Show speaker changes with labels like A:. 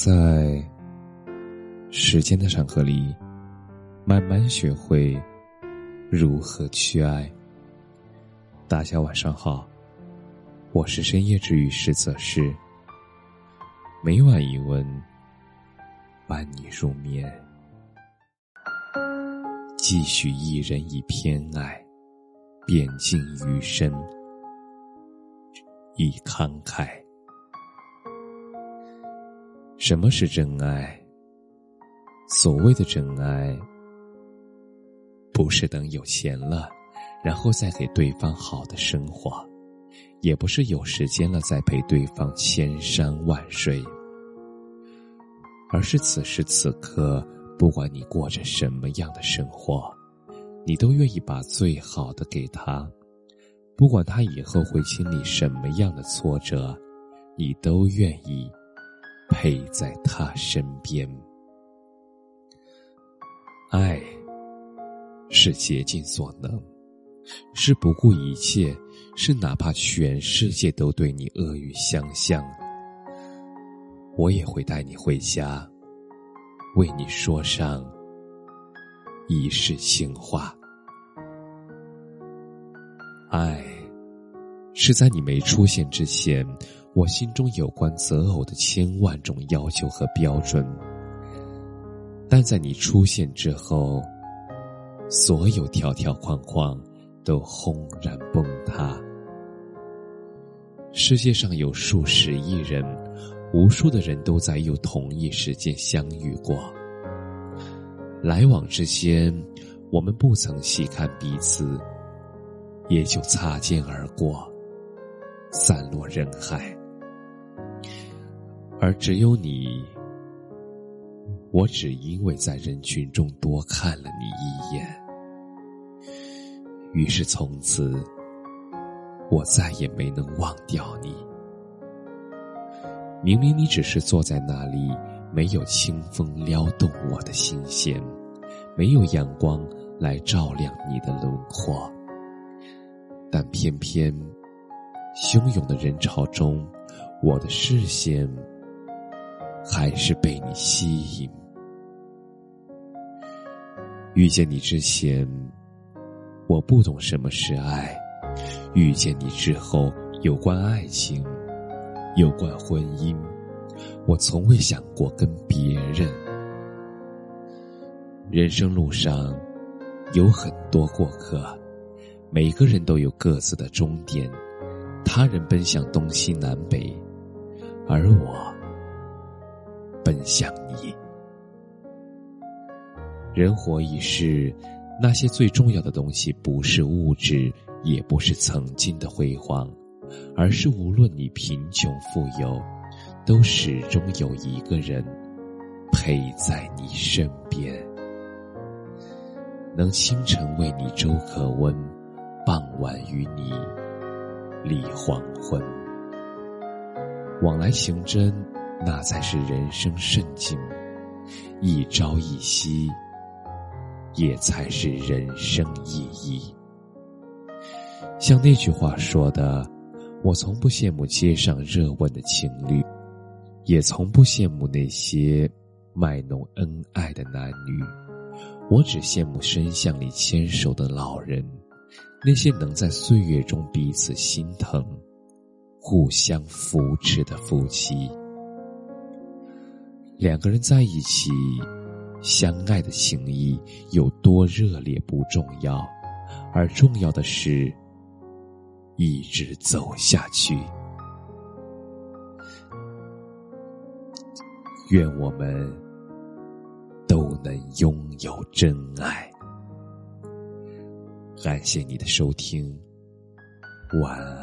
A: 在时间的长河里，慢慢学会如何去爱。大家晚上好，我是深夜治愈师则是，每晚一问，伴你入眠。继续一人一偏爱，遍尽余生，以慷慨。什么是真爱？所谓的真爱，不是等有钱了，然后再给对方好的生活，也不是有时间了再陪对方千山万水，而是此时此刻，不管你过着什么样的生活，你都愿意把最好的给他，不管他以后会经历什么样的挫折，你都愿意陪在他身边。爱是竭尽所能，是不顾一切，是哪怕全世界都对你恶语相向，我也会带你回家，为你说上一世情话。爱是在你没出现之前，我心中有关择偶的千万种要求和标准，但在你出现之后，所有条条框框都轰然崩塌。世界上有数十亿人，无数的人都在用同一时间相遇过，来往之间，我们不曾细看彼此，也就擦肩而过，散落人海。而只有你，我只因为在人群中多看了你一眼，于是从此我再也没能忘掉你。明明你只是坐在那里，没有清风撩动我的心弦，没有阳光来照亮你的轮廓，但偏偏汹涌的人潮中，我的视线还是被你吸引。遇见你之前，我不懂什么是爱，遇见你之后，有关爱情，有关婚姻，我从未想过跟别人。人生路上有很多过客，每个人都有各自的终点，他人奔向东西南北，而我奔向你。人活一世，那些最重要的东西不是物质，也不是曾经的辉煌，而是无论你贫穷富有，都始终有一个人陪在你身边，能清晨为你粥可温，傍晚与你立黄昏。往来行真，那才是人生甚境，一朝一夕，也才是人生意义。像那句话说的，我从不羡慕街上热吻的情侣，也从不羡慕那些卖弄恩爱的男女，我只羡慕深巷里牵手的老人，那些能在岁月中彼此心疼，互相扶持的夫妻。两个人在一起，相爱的情谊有多热烈不重要，而重要的是一直走下去。愿我们都能拥有真爱。感谢你的收听，晚安。